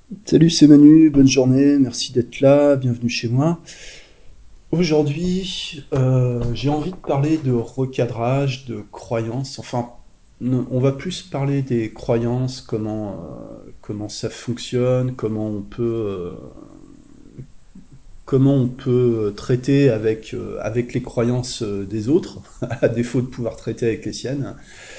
Salut, c'est Manu, bonne journée, merci d'être là, bienvenue chez moi. Aujourd'hui, j'ai envie de parler de recadrage, de croyances, enfin, non, on va plus parler des croyances, comment ça fonctionne, comment on peut traiter avec les croyances des autres, à défaut de pouvoir traiter avec les siennes.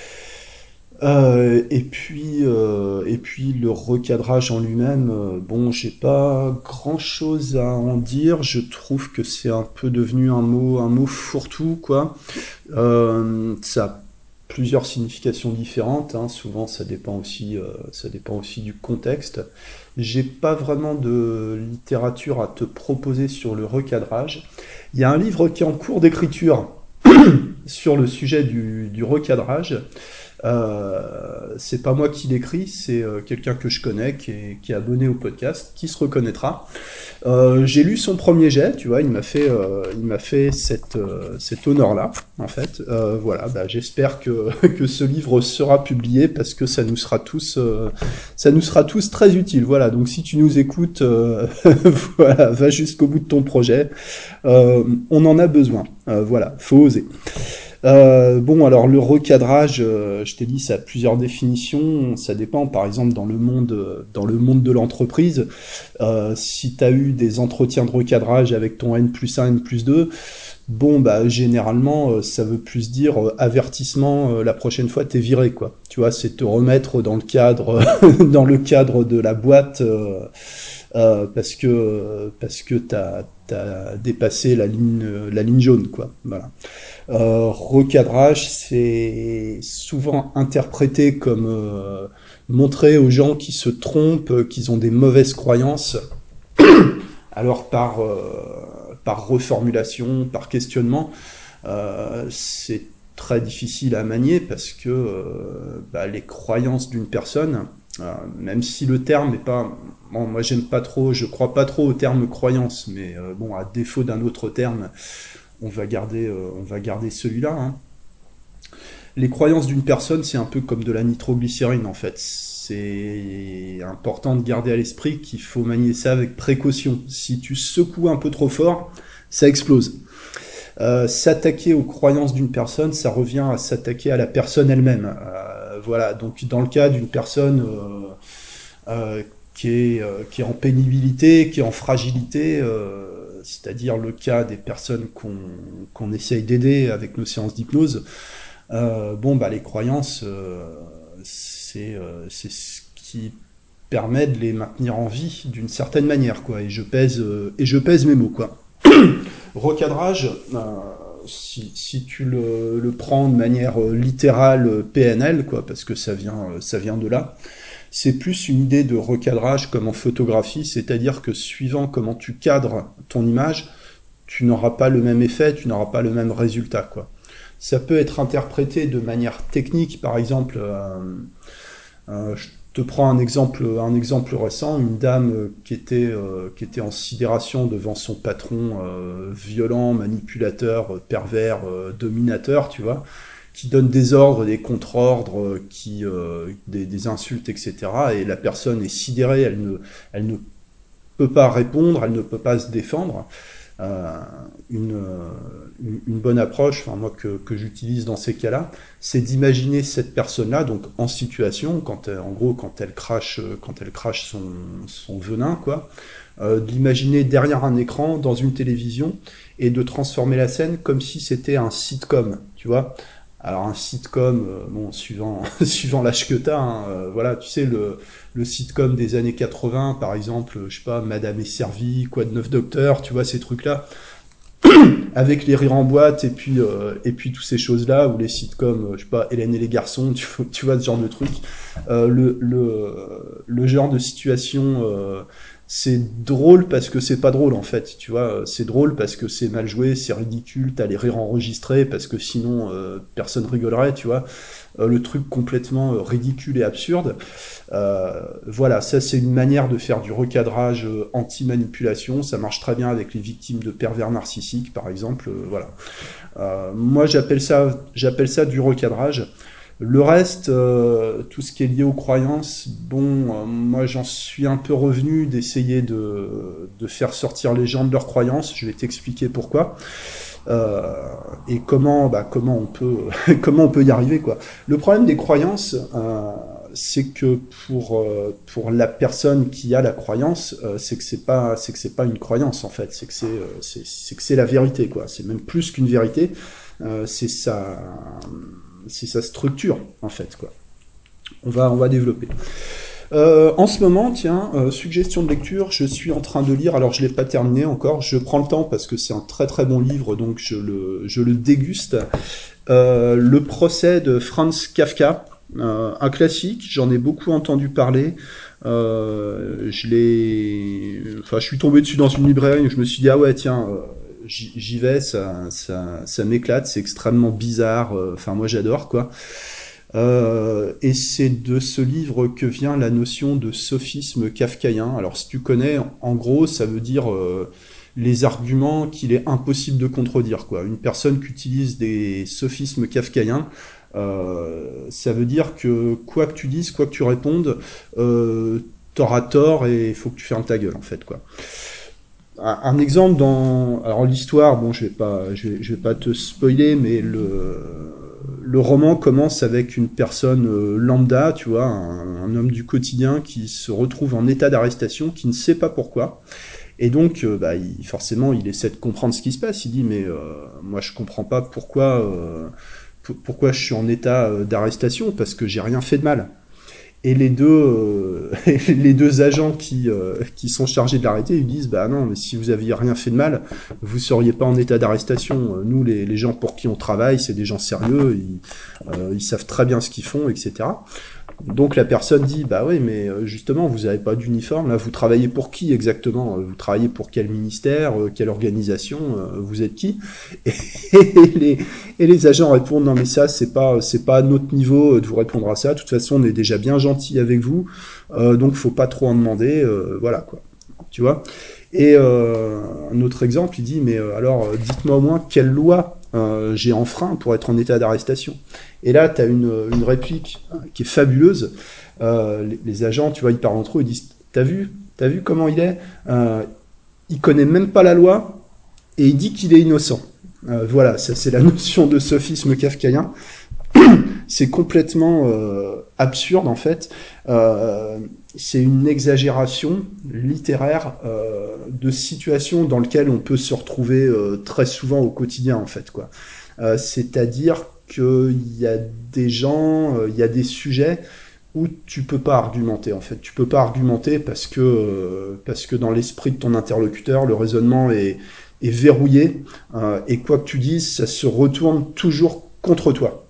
Et puis le recadrage en lui-même, bon, j'ai pas grand-chose à en dire. Je trouve que c'est un peu devenu un mot fourre-tout, quoi. Ça a plusieurs significations différentes, hein. Souvent, ça dépend aussi du contexte. J'ai pas vraiment de littérature à te proposer sur le recadrage. Il y a un livre qui est en cours d'écriture sur le sujet du recadrage. C'est pas moi qui l'écris, c'est quelqu'un que je connais qui est abonné au podcast, qui se reconnaîtra. J'ai lu son premier jet, tu vois, il m'a fait cet honneur-là, en fait. Voilà, bah, j'espère que ce livre sera publié parce que ça nous sera tous très utile. Voilà, donc si tu nous écoutes, voilà, va jusqu'au bout de ton projet. On en a besoin. Voilà, faut oser. Bon, alors le recadrage, je t'ai dit, ça a plusieurs définitions. Ça dépend. Par exemple, dans le monde de l'entreprise, si tu as eu des entretiens de recadrage avec ton N+1, N+2, bon, bah généralement, ça veut plus dire avertissement. La prochaine fois, t'es viré, quoi. Tu vois, c'est te remettre dans le cadre, dans le cadre de la boîte. Parce que t'as dépassé la ligne jaune, quoi. Voilà. Recadrage, c'est souvent interprété comme montrer aux gens qui se trompent, qu'ils ont des mauvaises croyances, alors par reformulation, par questionnement, c'est très difficile à manier parce que bah, les croyances d'une personne, même si le terme n'est pas... Bon, moi j'aime pas trop, je crois pas trop au terme croyance, mais bon, à défaut d'un autre terme, on va garder celui-là, hein. Les croyances d'une personne, c'est un peu comme de la nitroglycérine en fait. C'est important de garder à l'esprit qu'il faut manier ça avec précaution. Si tu secoues un peu trop fort, ça explose. S'attaquer aux croyances d'une personne, ça revient à s'attaquer à la personne elle-même. Voilà, donc dans le cas d'une personne qui est en pénibilité, qui est en fragilité, c'est-à-dire le cas des personnes qu'on essaye d'aider avec nos séances d'hypnose, bon, bah, les croyances, c'est ce qui permet de les maintenir en vie d'une certaine manière, quoi. Et je pèse mes mots, quoi. Recadrage, si tu le prends de manière littérale, PNL, quoi, parce que ça vient de là, c'est plus une idée de recadrage comme en photographie, c'est-à-dire que suivant comment tu cadres ton image, tu n'auras pas le même effet, tu n'auras pas le même résultat, quoi. Ça peut être interprété de manière technique, par exemple, je te prends un exemple récent, une dame qui était en sidération devant son patron violent, manipulateur, pervers, dominateur, tu vois, qui donne des ordres, des contre-ordres, des insultes, etc. Et la personne est sidérée, elle ne peut pas répondre, elle ne peut pas se défendre. Euh, une bonne approche, enfin moi que j'utilise dans ces cas-là, c'est d'imaginer cette personne-là donc en situation en gros quand elle crache son venin, quoi, de l'imaginer derrière un écran dans une télévision et de transformer la scène comme si c'était un sitcom, tu vois. Alors un sitcom, bon, suivant l'âge que t'as, hein, voilà, tu sais, le sitcom des années 80, par exemple, je sais pas, Madame est servie, quoi de neuf docteur, tu vois, ces trucs-là, avec les rires en boîte et puis toutes ces choses-là, ou les sitcoms, je sais pas, Hélène et les garçons, tu vois ce genre de truc. Le genre de situation, c'est drôle parce que c'est pas drôle en fait, tu vois. C'est drôle parce que c'est mal joué, c'est ridicule, t'as les rires enregistrés parce que sinon personne rigolerait, tu vois. Le truc complètement ridicule et absurde. Voilà, ça c'est une manière de faire du recadrage anti-manipulation. Ça marche très bien avec les victimes de pervers narcissiques, par exemple. Voilà. Moi, j'appelle ça du recadrage. Le reste, tout ce qui est lié aux croyances, bon, moi j'en suis un peu revenu d'essayer de faire sortir les gens de leurs croyances. Je vais t'expliquer pourquoi. Euh, et comment on peut, comment on peut y arriver, quoi. Le problème des croyances, c'est que pour la personne qui a la croyance, c'est que c'est pas une croyance en fait, c'est que c'est la vérité, quoi. C'est même plus qu'une vérité, c'est sa structure en fait, quoi. On va développer. En ce moment, tiens, suggestion de lecture, je suis en train de lire, alors je ne l'ai pas terminé encore, je prends le temps parce que c'est un très très bon livre, donc je le déguste. Le procès de Franz Kafka, un classique, j'en ai beaucoup entendu parler. Je suis tombé dessus dans une librairie, je me suis dit ah ouais tiens, j'y vais, ça m'éclate, c'est extrêmement bizarre. Enfin moi j'adore quoi. Et c'est de ce livre que vient la notion de sophisme kafkaïen. Alors si tu connais, en gros, ça veut dire les arguments qu'il est impossible de contredire, quoi. Une personne qui utilise des sophismes kafkaïens, ça veut dire que quoi que tu dises, quoi que tu répondes, t'auras tort et il faut que tu fermes ta gueule, en fait, quoi. Un exemple dans, alors l'histoire, bon, je vais pas te spoiler, mais le roman commence avec une personne lambda, tu vois, un homme du quotidien qui se retrouve en état d'arrestation, qui ne sait pas pourquoi. Et donc, forcément, il essaie de comprendre ce qui se passe. Il dit, mais moi, je comprends pas pourquoi je suis en état d'arrestation, parce que j'ai rien fait de mal. Et les deux agents qui sont chargés de l'arrêter, ils disent bah non, mais si vous aviez rien fait de mal, vous seriez pas en état d'arrestation. Nous, les gens pour qui on travaille, c'est des gens sérieux, ils savent très bien ce qu'ils font, etc. Donc la personne dit bah oui mais justement vous n'avez pas d'uniforme là, vous travaillez pour qui exactement, vous travaillez pour quel ministère, quelle organisation, vous êtes qui, et, les, et les agents répondent non mais ça c'est pas à notre niveau de vous répondre à ça, de toute façon on est déjà bien gentil avec vous, donc faut pas trop en demander, voilà quoi, tu vois. Et un autre exemple, il dit mais alors dites-moi au moins quelle loi j'ai enfreint pour être en état d'arrestation. Et là, tu as une réplique qui est fabuleuse. Les agents, tu vois, ils parlent entre eux, ils disent t'as vu comment il est, il connaît même pas la loi et il dit qu'il est innocent. Voilà, ça c'est la notion de sophisme kafkaïen. C'est complètement absurde en fait. Euh, c'est une exagération littéraire de situations dans lesquelles on peut se retrouver très souvent au quotidien en fait, quoi. C'est-à-dire qu'il y a des gens, il y a des sujets où tu peux pas argumenter en fait. Tu peux pas argumenter parce que dans l'esprit de ton interlocuteur, le raisonnement est verrouillé et quoi que tu dises, ça se retourne toujours contre toi.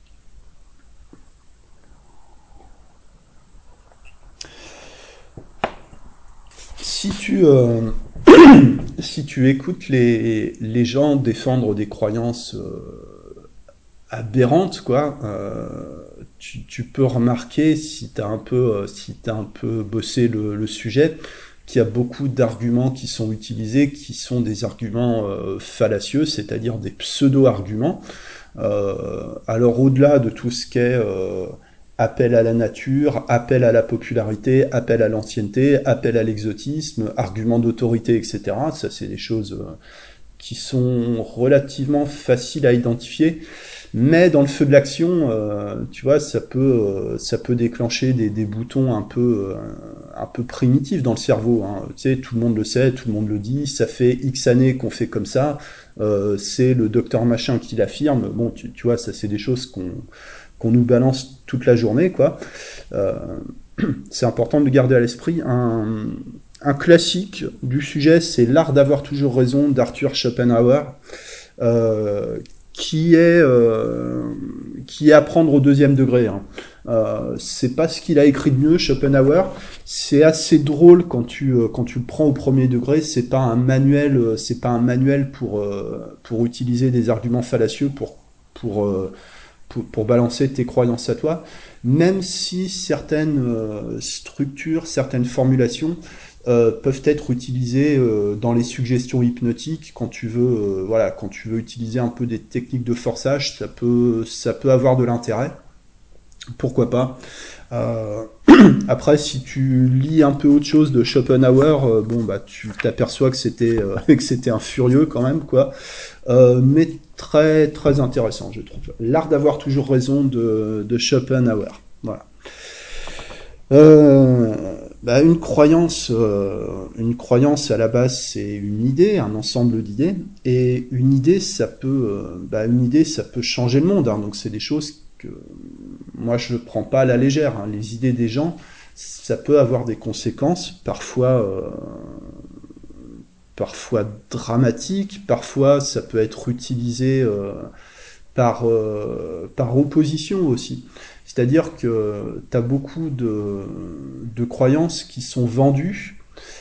Si tu, si tu écoutes les gens défendre des croyances aberrantes, quoi, tu peux remarquer, si t'as un peu bossé le sujet, qu'il y a beaucoup d'arguments qui sont utilisés, qui sont des arguments fallacieux, c'est-à-dire des pseudo-arguments. Alors au-delà de tout ce qui est appel à la nature, appel à la popularité, appel à l'ancienneté, appel à l'exotisme, argument d'autorité, etc. Ça, c'est des choses qui sont relativement faciles à identifier, mais dans le feu de l'action, tu vois, ça peut déclencher des boutons un peu primitifs dans le cerveau, hein. Tu sais, tout le monde le sait, tout le monde le dit, ça fait X années qu'on fait comme ça, c'est le docteur machin qui l'affirme. Bon, tu vois, ça c'est des choses qu'on nous balance toute la journée, quoi. Euh, c'est important de garder à l'esprit. Un classique du sujet, c'est L'art d'avoir toujours raison d'Arthur Schopenhauer, euh, qui est à prendre au deuxième degré, hein. C'est pas ce qu'il a écrit de mieux, Schopenhauer. C'est assez drôle quand tu le prends au premier degré. C'est pas un manuel pour utiliser des arguments fallacieux pour, euh, pour balancer tes croyances à toi, même si certaines structures, certaines formulations peuvent être utilisées dans les suggestions hypnotiques quand tu veux, voilà, quand tu veux utiliser un peu des techniques de forçage, ça peut avoir de l'intérêt. pourquoi pas. Euh, Après, si tu lis un peu autre chose de Schopenhauer, bon bah tu t'aperçois que c'était que c'était un furieux quand même quoi. Mais très très intéressant je trouve. L'art d'avoir toujours raison de Schopenhauer. Voilà. Une croyance à la base c'est une idée, un ensemble d'idées, et une idée ça peut changer le monde. Hein, donc c'est des choses que moi je ne prends pas à la légère. Hein. Les idées des gens, ça peut avoir des conséquences, parfois dramatiques, parfois ça peut être utilisé par opposition aussi. C'est-à-dire que tu as beaucoup de croyances qui sont vendues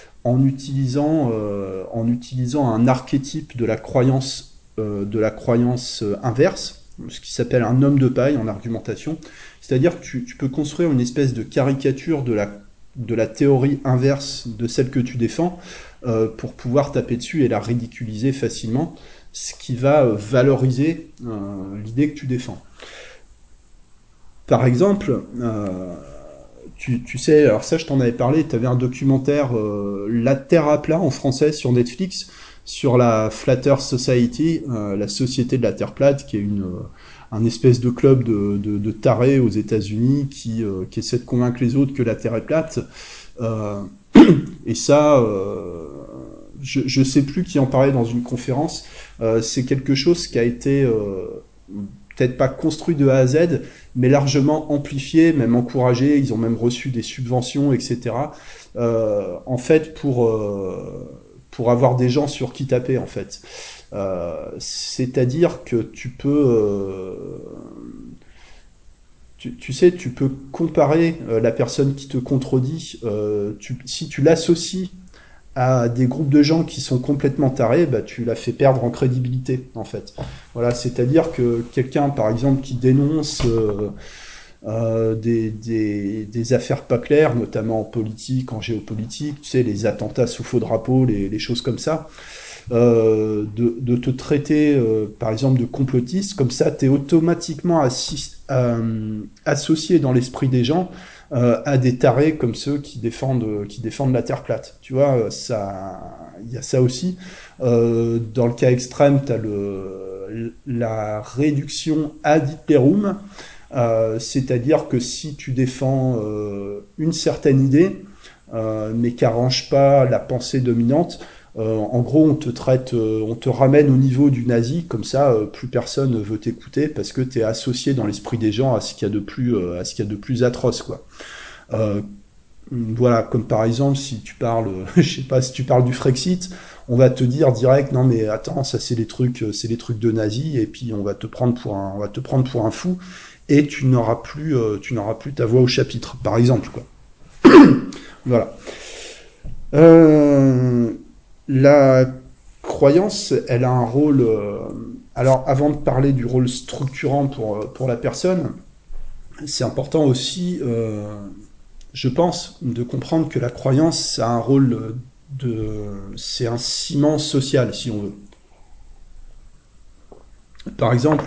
en utilisant un archétype de la croyance inverse, ce qui s'appelle un homme de paille en argumentation. C'est-à-dire que tu peux construire une espèce de caricature de la théorie inverse de celle que tu défends pour pouvoir taper dessus et la ridiculiser facilement, ce qui va valoriser l'idée que tu défends. Par exemple, tu sais, alors ça je t'en avais parlé, tu avais un documentaire La Terre à plat en français sur Netflix, sur la Flat Earth Society, la société de la Terre plate, qui est un espèce de club de tarés aux États-Unis qui essaie de convaincre les autres que la Terre est plate. Euh, et ça, je sais plus qui en parlait dans une conférence, c'est quelque chose qui a été peut-être pas construit de A à Z, mais largement amplifié, même encouragé. Ils ont même reçu des subventions, etc. En fait, pour avoir des gens sur qui taper, en fait. C'est-à-dire que tu sais, tu peux comparer la personne qui te contredit. Si tu l'associes à des groupes de gens qui sont complètement tarés, bah, tu la fais perdre en crédibilité, en fait. Voilà, c'est-à-dire que quelqu'un, par exemple, qui dénonce des affaires pas claires, notamment en politique, en géopolitique, tu sais, les attentats sous faux drapeau, les choses comme ça, de te traiter, par exemple, de complotiste, comme ça, tu es automatiquement associé dans l'esprit des gens à des tarés comme ceux qui défendent la Terre plate. Tu vois, il y a ça aussi. Dans le cas extrême, tu as la réduction ad iterum, c'est-à-dire que si tu défends une certaine idée, mais qu'arrange pas la pensée dominante, en gros, on te ramène au niveau du nazi, comme ça, plus personne veut t'écouter parce que tu es associé dans l'esprit des gens à ce qu'il y a de à ce qu'il y a de plus atroce, quoi. Euh, voilà, comme par exemple, si tu parles, je sais pas, si tu parles du Frexit, on va te dire direct, non mais attends, ça c'est les trucs de nazis, et puis on va te prendre pour un fou, et tu n'auras plus ta voix au chapitre, par exemple, quoi. Voilà. Euh, la croyance, elle a un rôle. Alors, avant de parler du rôle structurant pour la personne, c'est important aussi, je pense, de comprendre que la croyance a un rôle c'est un ciment social, si on veut. Par exemple,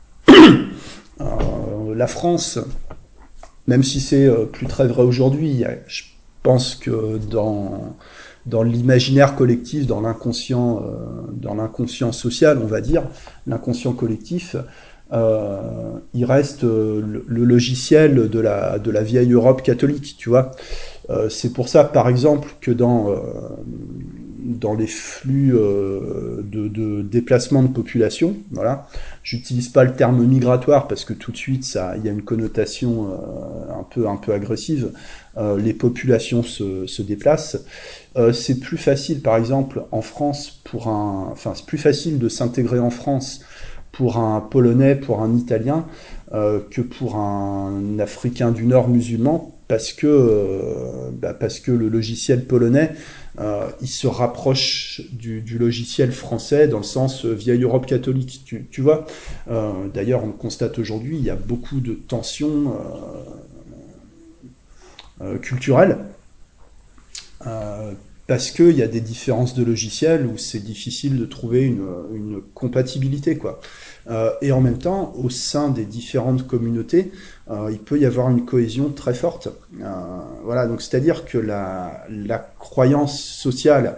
la France, même si c'est plus très vrai aujourd'hui, je pense que dans l'imaginaire collectif, dans l'inconscient social, on va dire, l'inconscient collectif, il reste le logiciel de la vieille Europe catholique, tu vois. C'est pour ça, par exemple, que dans les flux de déplacement de population, voilà, j'utilise pas le terme migratoire parce que tout de suite, il y a une connotation un peu agressive. Les populations se déplacent. C'est plus facile, par exemple, en France, c'est plus facile de s'intégrer en France pour un Polonais, pour un Italien, que pour un Africain du Nord musulman, parce que le logiciel polonais, il se rapproche du logiciel français dans le sens vieille Europe catholique. Tu vois, d'ailleurs, on le constate aujourd'hui, il y a beaucoup de tensions culturelles parce qu'il y a des différences de logiciels où c'est difficile de trouver une compatibilité, quoi. Et en même temps, au sein des différentes communautés, il peut y avoir une cohésion très forte. Voilà, donc c'est-à-dire que la croyance sociale,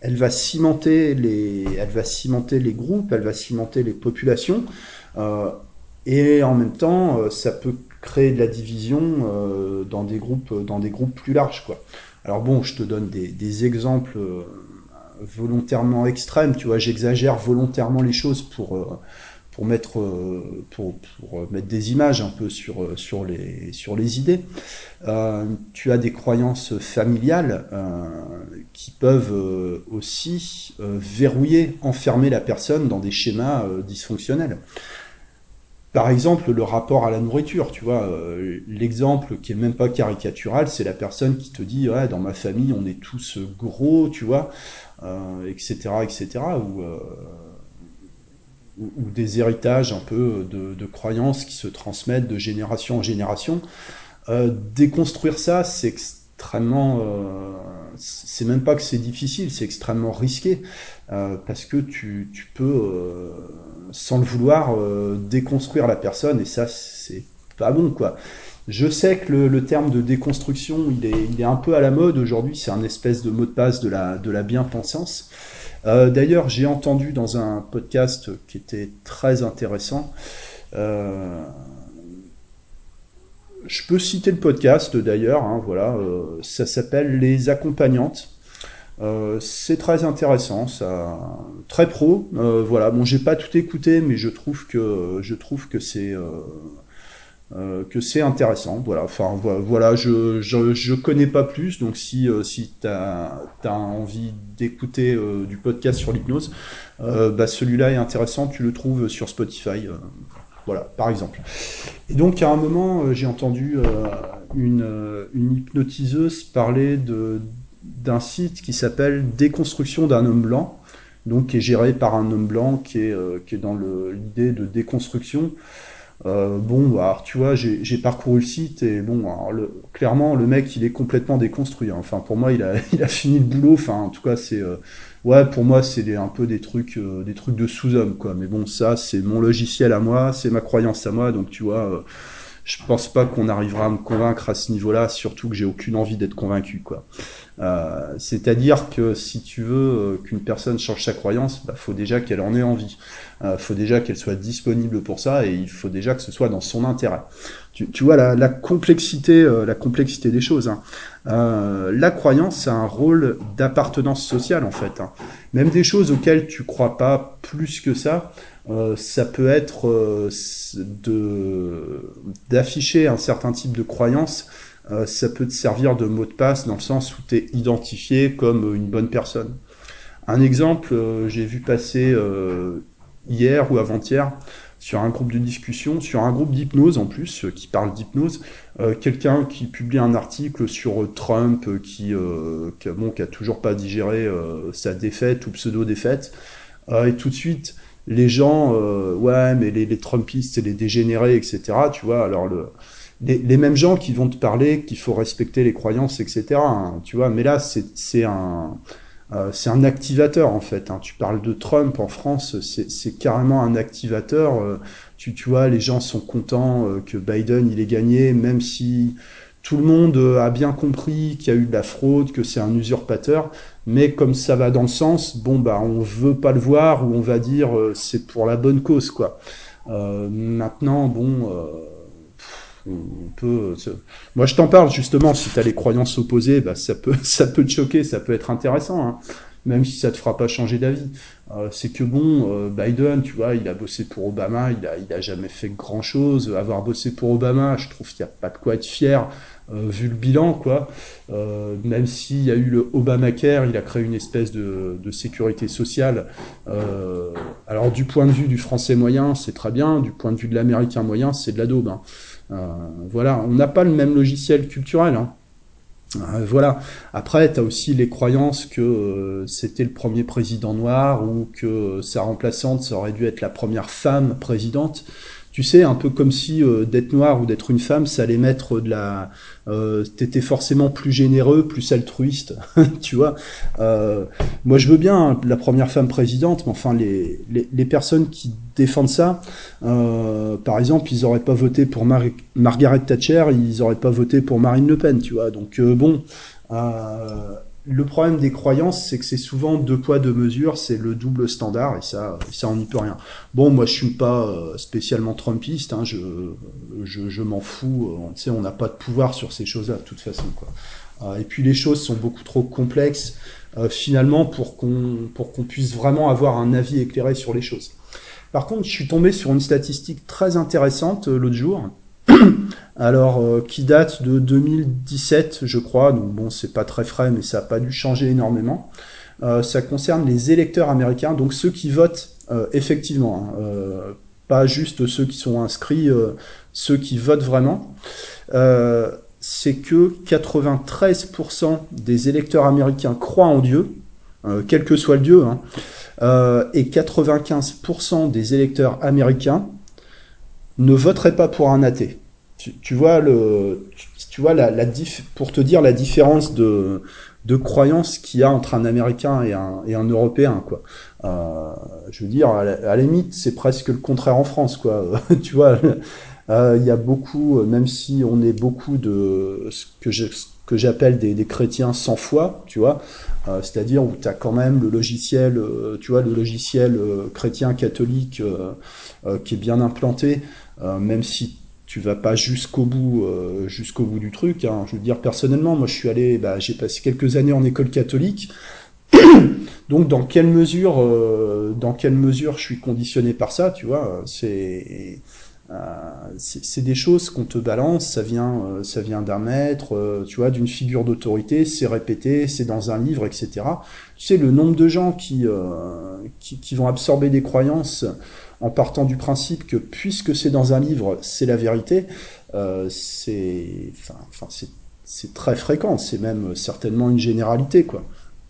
elle va cimenter les groupes, elle va cimenter les populations, euh, et en même temps, ça peut créer de la division dans des groupes plus larges, quoi. Alors bon, je te donne des exemples volontairement extrêmes, tu vois, j'exagère volontairement les choses pour mettre des images un peu sur les idées. Tu as des croyances familiales qui peuvent aussi verrouiller, enfermer la personne dans des schémas dysfonctionnels. Par exemple, le rapport à la nourriture, tu vois, l'exemple qui est même pas caricatural, c'est la personne qui te dit, ouais, dans ma famille, on est tous gros, tu vois, etc., etc., ou des héritages un peu de croyances qui se transmettent de génération en génération. Déconstruire ça, c'est extrêmement. C'est même pas que c'est difficile, c'est extrêmement risqué. Parce que tu peux, sans le vouloir, déconstruire la personne, et ça, c'est pas bon, quoi. Je sais que le terme de déconstruction, il est un peu à la mode aujourd'hui, c'est un espèce de mot de passe de la bien-pensance. D'ailleurs, j'ai entendu dans un podcast qui était très intéressant, euh, je peux citer le podcast d'ailleurs, hein, voilà, ça s'appelle Les Accompagnantes. C'est très intéressant, ça, très pro. Voilà, bon, j'ai pas tout écouté, mais je trouve que c'est intéressant. Voilà, enfin voilà, je connais pas plus, donc si t'as envie d'écouter du podcast sur l'hypnose, bah celui-là est intéressant. Tu le trouves sur Spotify. Voilà, par exemple. Et donc, à un moment, j'ai entendu une hypnotiseuse parler d'un site qui s'appelle Déconstruction d'un homme blanc, donc qui est géré par un homme blanc qui est dans l'idée de déconstruction. Bon, bah, alors, tu vois, j'ai parcouru le site et bon, alors, clairement, le mec, il est complètement déconstruit, hein. Enfin, pour moi, il a fini le boulot. Enfin, en tout cas, ouais, pour moi, c'est un peu des trucs de sous-homme, quoi. Mais bon, ça, c'est mon logiciel à moi, c'est ma croyance à moi, donc tu vois, je pense pas qu'on arrivera à me convaincre à ce niveau-là, surtout que j'ai aucune envie d'être convaincu, quoi. C'est-à-dire que si tu veux qu'une personne change sa croyance, bah, faut déjà qu'elle en ait envie. Faut déjà qu'elle soit disponible pour ça et il faut déjà que ce soit dans son intérêt. Tu vois la complexité des choses, hein. La croyance a un rôle d'appartenance sociale en fait, hein. Même des choses auxquelles tu crois pas plus que ça peut être d'afficher un certain type de croyance, ça peut te servir de mot de passe dans le sens où tu es identifié comme une bonne personne. Un exemple, j'ai vu passer hier ou avant-hier sur un groupe de discussion, sur un groupe d'hypnose en plus, qui parle d'hypnose, quelqu'un qui publie un article sur Trump qui a toujours pas digéré sa défaite ou pseudo-défaite, et tout de suite, les gens, ouais, mais les Trumpistes, c'est les dégénérés, etc. Tu vois, alors les mêmes gens qui vont te parler qu'il faut respecter les croyances, etc. Hein, tu vois, mais là, c'est un activateur en fait, hein. Tu parles de Trump en France, c'est carrément un activateur. Tu vois, les gens sont contents que Biden il ait gagné, même si tout le monde a bien compris qu'il y a eu de la fraude, que c'est un usurpateur. Mais comme ça va dans le sens, bon bah on veut pas le voir ou on va dire c'est pour la bonne cause, quoi. Maintenant, bon. On peut, moi, je t'en parle justement. Si tu as les croyances opposées, bah, ça peut te choquer, ça peut être intéressant, hein, même si ça te fera pas changer d'avis. C'est que bon, Biden, tu vois, il a bossé pour Obama, il a jamais fait grand chose. Avoir bossé pour Obama, je trouve qu'il n'y a pas de quoi être fier. Vu le bilan, quoi. Même s'il y a eu le Obamacare, il a créé une espèce de sécurité sociale. Alors du point de vue du français moyen, c'est très bien. Du point de vue de l'américain moyen, c'est de la daube, hein. Voilà, on n'a pas le même logiciel culturel, hein. Voilà. Après, tu as aussi les croyances que c'était le premier président noir ou que sa remplaçante, ça aurait dû être la première femme présidente. tu sais, un peu comme si d'être noir ou d'être une femme, ça allait mettre de la... t'étais forcément plus généreux, plus altruiste, tu vois. Euh, Moi, je veux bien hein, la première femme présidente, mais enfin, les personnes qui défendent ça, par exemple, ils auraient pas voté pour Margaret Thatcher, ils auraient pas voté pour Marine Le Pen, tu vois. Donc, bon... Euh, le problème des croyances, c'est que c'est souvent deux poids, deux mesures, c'est le double standard, et ça on n'y peut rien. Bon, moi je suis pas spécialement trumpiste, hein, je m'en fous, tu sais, on n'a pas de pouvoir sur ces choses-là, de toute façon, quoi. Et puis les choses sont beaucoup trop complexes, finalement, pour qu'on puisse vraiment avoir un avis éclairé sur les choses. Par contre, je suis tombé sur une statistique très intéressante l'autre jour, alors qui date de 2017, je crois. Donc bon, c'est pas très frais, mais ça n'a pas dû changer énormément. Ça concerne les électeurs américains, donc ceux qui votent effectivement, hein, pas juste ceux qui sont inscrits, ceux qui votent vraiment. Euh, c'est que 93% des électeurs américains croient en Dieu, quel que soit le Dieu, hein, et 95% des électeurs américains ne voteraient pas pour un athée. Tu vois tu vois pour te dire la différence de croyance qu'il y a entre un Américain et un Européen, quoi. Je veux dire, à la limite, c'est presque le contraire en France, quoi. Tu vois, il y a beaucoup, même si on est beaucoup de ce que j'appelle des chrétiens sans foi, tu vois, c'est-à-dire où tu as quand même le logiciel, tu vois, le logiciel chrétien catholique qui est bien implanté, même si tu vas pas jusqu'au bout du truc. Hein. Je veux dire, personnellement, moi, je suis allé, bah, j'ai passé quelques années en école catholique. Donc, dans quelle mesure je suis conditionné par ça, tu vois, c'est des choses qu'on te balance, ça vient d'un maître, tu vois, d'une figure d'autorité, c'est répété, c'est dans un livre, etc. Tu sais, le nombre de gens qui vont absorber des croyances en partant du principe que puisque c'est dans un livre, c'est la vérité, c'est très fréquent, c'est même certainement une généralité, quoi.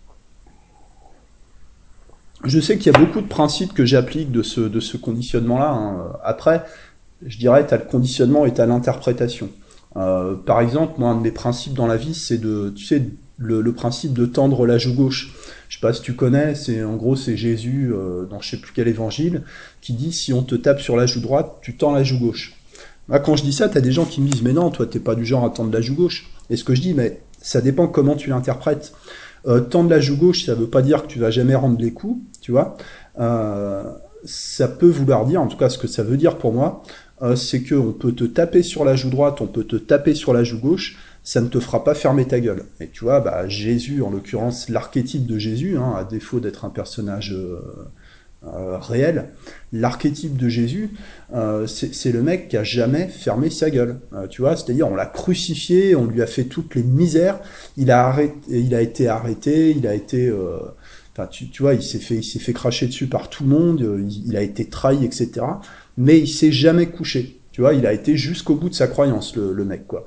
Je sais qu'il y a beaucoup de principes que j'applique de ce conditionnement-là. Hein. Après, je dirais, tu as le conditionnement et tu as l'interprétation. Par exemple, moi, un de mes principes dans la vie, c'est tu sais, le principe de tendre la joue gauche. Je sais pas si tu connais, en gros, c'est Jésus, dans je sais plus quel évangile, qui dit, si on te tape sur la joue droite, tu tends la joue gauche. Là, quand je dis ça, t'as des gens qui me disent, mais non, toi, t'es pas du genre à tendre la joue gauche. Et ce que je dis, mais ça dépend comment tu l'interprètes. Tendre la joue gauche, ça veut pas dire que tu vas jamais rendre les coups, tu vois. Euh, Ça peut vouloir dire, en tout cas ce que ça veut dire pour moi, c'est qu'on peut te taper sur la joue droite, on peut te taper sur la joue gauche, ça ne te fera pas fermer ta gueule. Et tu vois, bah, Jésus, en l'occurrence, l'archétype de Jésus, hein, à défaut d'être un personnage réel, l'archétype de Jésus, c'est le mec qui a jamais fermé sa gueule. Tu vois, c'est-à-dire on l'a crucifié, on lui a fait toutes les misères, il a été arrêté, il a été enfin, tu vois, il s'est fait cracher dessus par tout le monde, il a été trahi, etc. Mais il s'est jamais couché. Tu vois, il a été jusqu'au bout de sa croyance, le mec, quoi.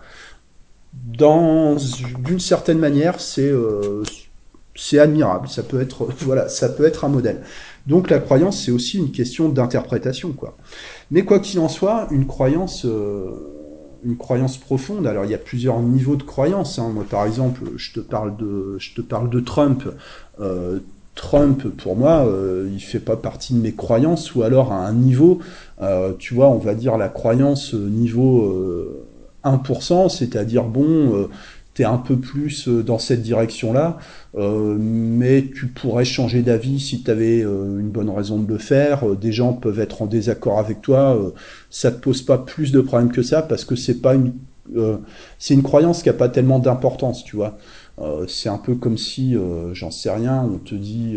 D'une certaine manière, c'est admirable. Ça peut être, voilà, ça peut être un modèle. Donc la croyance, c'est aussi une question d'interprétation, quoi. Mais quoi qu'il en soit, une croyance profonde. Alors il y a plusieurs niveaux de croyance. Hein. Moi, par exemple, je te parle de Trump. Euh, Trump, pour moi, il fait pas partie de mes croyances, ou alors à un niveau, tu vois, on va dire la croyance niveau 1%, c'est-à-dire bon, t'es un peu plus dans cette direction-là, mais tu pourrais changer d'avis si tu avais une bonne raison de le faire. Des gens peuvent être en désaccord avec toi, ça te pose pas plus de problèmes que ça parce que c'est une croyance qui a pas tellement d'importance, tu vois. C'est un peu comme si, j'en sais rien, on te dit,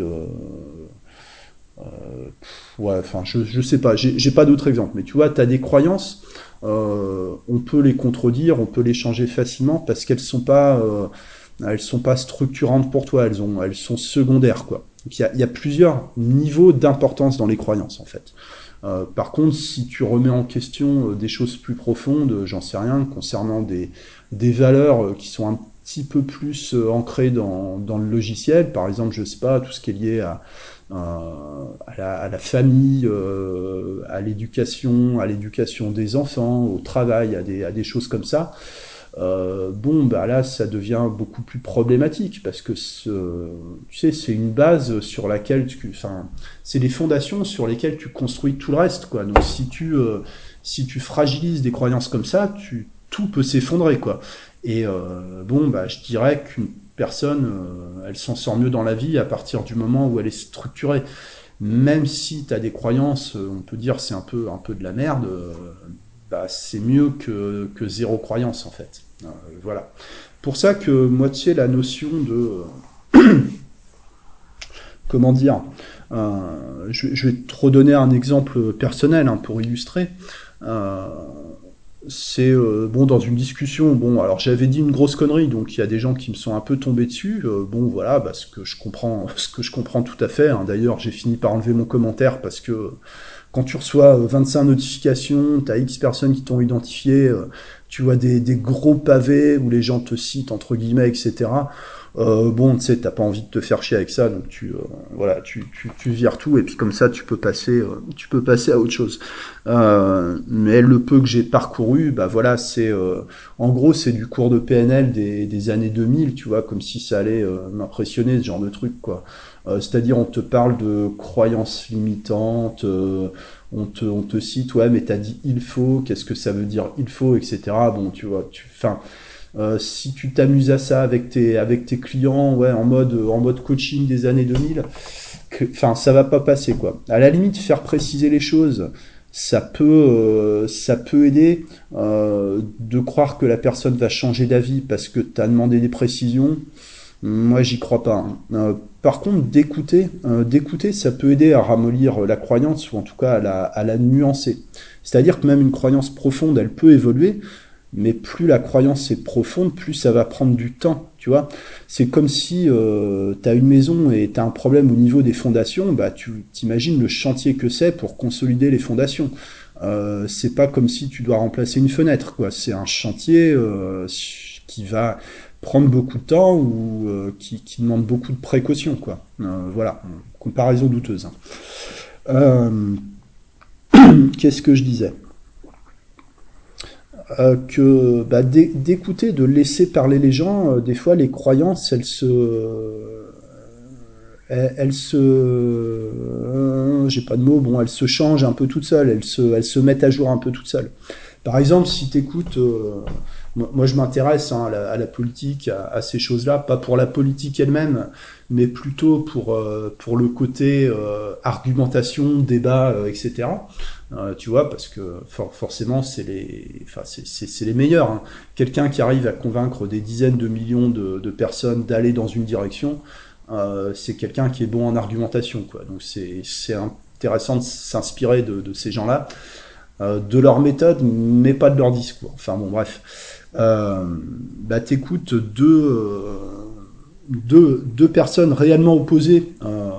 ouais, enfin, je sais pas, j'ai pas d'autres exemples, mais tu vois, t'as des croyances, on peut les contredire, on peut les changer facilement parce elles sont pas structurantes pour toi, elles sont secondaires, quoi. Donc il y a plusieurs niveaux d'importance dans les croyances, en fait. Par contre, si tu remets en question des choses plus profondes, j'en sais rien, concernant des valeurs qui sont un petit peu plus ancré dans le logiciel. Par exemple, je sais pas, tout ce qui est lié à la famille, à l'éducation des enfants, au travail, à des choses comme ça. Bon, bah là, ça devient beaucoup plus problématique parce que tu sais, c'est une base sur laquelle enfin, c'est des fondations sur lesquelles tu construis tout le reste, quoi. Donc, si tu fragilises des croyances comme ça, tout peut s'effondrer, quoi. Et bon, bah, je dirais qu'une personne, elle s'en sort mieux dans la vie à partir du moment où elle est structurée. Même si tu as des croyances, on peut dire c'est un peu de la merde, bah, c'est mieux que zéro croyance en fait. Voilà. Pour ça que moi, tu sais, la notion de, comment dire, je vais te redonner un exemple personnel hein, pour illustrer. Euh, c'est bon dans une discussion. Bon, alors j'avais dit une grosse connerie, donc il y a des gens qui me sont un peu tombés dessus. Bon, voilà, bah, ce que je comprends, ce que je comprends tout à fait. Hein. D'ailleurs, j'ai fini par enlever mon commentaire parce que quand tu reçois 25 notifications, t'as X personnes qui t'ont identifié, tu vois des gros pavés où les gens te citent entre guillemets, etc. Bon, tu sais, t'as pas envie de te faire chier avec ça, donc voilà, tu vires tout et puis comme ça, tu peux passer à autre chose. Mais le peu que j'ai parcouru, bah voilà, en gros, c'est du cours de PNL des années 2000, tu vois, comme si ça allait m'impressionner ce genre de truc, quoi. C'est-à-dire, on te parle de croyances limitantes, on te cite, ouais, mais t'as dit il faut, qu'est-ce que ça veut dire il faut, etc. Bon, tu vois, enfin, si tu t'amuses à ça avec tes clients, ouais, en mode coaching des années 2000, enfin, ça va pas passer, quoi. À la limite, faire préciser les choses, ça peut aider de croire que la personne va changer d'avis parce que tu as demandé des précisions. Moi, j'y crois pas. Hein. Par contre, d'écouter, ça peut aider à ramollir la croyance ou en tout cas à la nuancer. C'est-à-dire que même une croyance profonde, elle peut évoluer, mais plus la croyance est profonde, plus ça va prendre du temps, tu vois. C'est comme si tu as une maison et tu as un problème au niveau des fondations, bah tu t'imagines le chantier que c'est pour consolider les fondations. C'est pas comme si tu dois remplacer une fenêtre, quoi. C'est un chantier qui va prendre beaucoup de temps ou qui demande beaucoup de précautions, quoi. Voilà, comparaison douteuse. Hein. Euh, Qu'est-ce que je disais que bah, d'écouter, de laisser parler les gens, des fois les croyances, j'ai pas de mots, bon, elles se changent un peu toutes seules, elles se mettent à jour un peu toutes seules. Par exemple, si tu écoutes, moi je m'intéresse hein, à la politique, à ces choses-là, pas pour la politique elle-même, mais plutôt pour le côté argumentation, débat, etc. Tu vois, parce que forcément, c'est les meilleurs. Hein. Quelqu'un qui arrive à convaincre des dizaines de millions de personnes d'aller dans une direction, c'est quelqu'un qui est bon en argumentation. Quoi. Donc c'est intéressant de s'inspirer de ces gens-là, de leur méthode, mais pas de leur discours. Enfin bon, bref. Bah t'écoutes deux personnes réellement opposées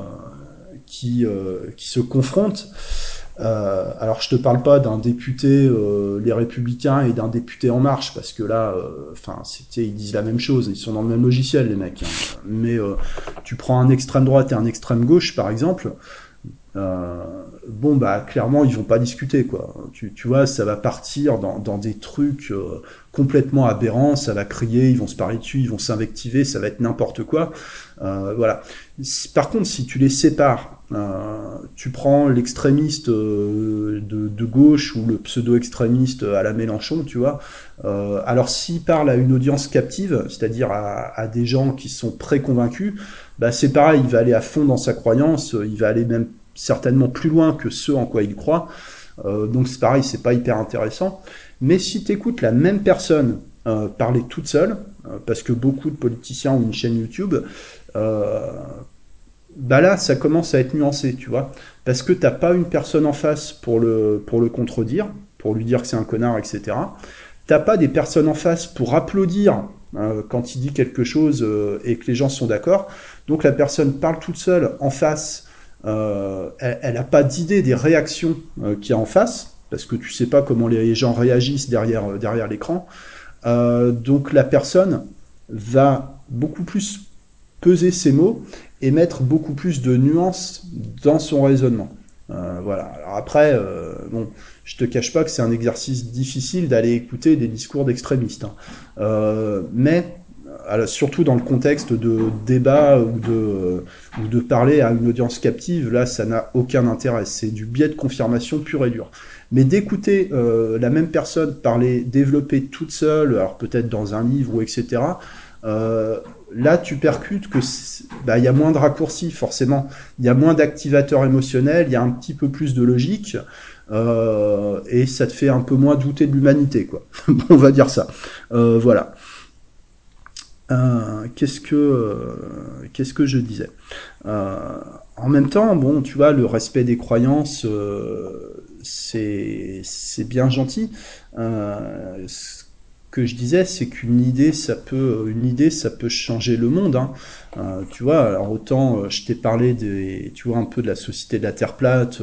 qui se confrontent. Alors je te parle pas d'un député les Républicains et d'un député En Marche parce que là, enfin, ils disent la même chose, ils sont dans le même logiciel les mecs. Hein. Mais tu prends un extrême droite et un extrême gauche par exemple. Euh, bon bah clairement ils vont pas discuter quoi. Tu vois, ça va partir dans des trucs complètement aberrants, ça va crier, ils vont se parler dessus, ils vont s'invectiver, ça va être n'importe quoi. Voilà. Par contre, si tu les sépares, tu prends l'extrémiste de gauche ou le pseudo-extrémiste à la Mélenchon, tu vois. Alors s'il parle à une audience captive, c'est-à-dire à des gens qui sont préconvaincus, bah c'est pareil, il va aller à fond dans sa croyance, il va aller même certainement plus loin que ce en quoi il croit. Donc c'est pareil, c'est pas hyper intéressant. Mais si tu écoutes la même personne parler toute seule, parce que beaucoup de politiciens ont une chaîne YouTube, euh, bah là ça commence à être nuancé, tu vois. Parce que t'as pas une personne en face pour le contredire, pour lui dire que c'est un connard, etc. T'as pas des personnes en face pour applaudir quand il dit quelque chose et que les gens sont d'accord. Donc la personne parle toute seule en face. Elle n'a pas d'idée des réactions qu'il y a en face, parce que tu sais pas comment les gens réagissent derrière l'écran. Donc la personne, va beaucoup plus peser ses mots et mettre beaucoup plus de nuances dans son raisonnement. Voilà. Alors après, bon, je te cache pas que c'est un exercice difficile d'aller écouter des discours d'extrémistes, hein. Mais alors, surtout dans le contexte de débat ou de parler à une audience captive, là, ça n'a aucun intérêt. C'est du biais de confirmation pur et dur. Mais d'écouter la même personne parler, développer toute seule, alors peut-être dans un livre ou etc. Euh, Là, tu percutes que bah, y a moins de raccourcis forcément, il y a moins d'activateurs émotionnels, il y a un petit peu plus de logique. Et ça te fait un peu moins douter de l'humanité, quoi. On va dire ça. Voilà. Qu'est-ce que je disais? Euh, En même temps, bon, tu vois, le respect des croyances, c'est bien gentil. Ce que je disais, c'est une idée, ça peut changer le monde, hein. Tu vois, alors autant je t'ai parlé tu vois, un peu de la société de la Terre plate.